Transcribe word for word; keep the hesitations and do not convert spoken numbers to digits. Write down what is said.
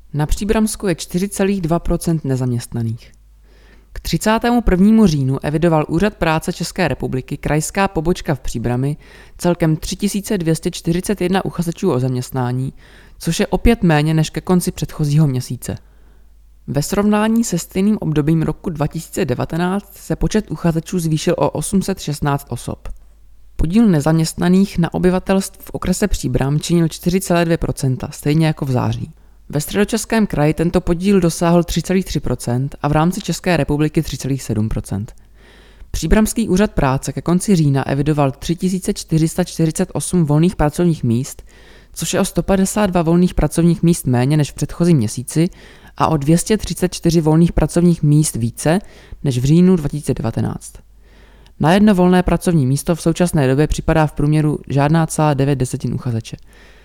Na Příbramsku je čtyři celá dva procenta nezaměstnaných. K třicátému prvnímu říjnu evidoval Úřad práce České republiky krajská pobočka v Příbrami celkem tři tisíce dvě stě čtyřicet jedna uchazečů o zaměstnání, což je opět méně než ke konci předchozího měsíce. Ve srovnání se stejným obdobím roku dva tisíce devatenáct se počet uchazečů zvýšil o osm set šestnáct osob. Podíl nezaměstnaných na obyvatelstvu v okrese Příbram činil čtyři celá dvě procenta, stejně jako v září. Ve Středočeském kraji tento podíl dosáhl tři celá tři procenta a v rámci České republiky tři celá sedm procenta. Příbramský úřad práce ke konci října evidoval tři tisíce čtyři sta čtyřicet osm volných pracovních míst, což je o sto padesát dva volných pracovních míst méně než v předchozím měsíci a o dvě stě třicet čtyři volných pracovních míst více než v říjnu dva tisíce devatenáct. Na jedno volné pracovní místo v současné době připadá v průměru žádná celá devět desetin uchazeče.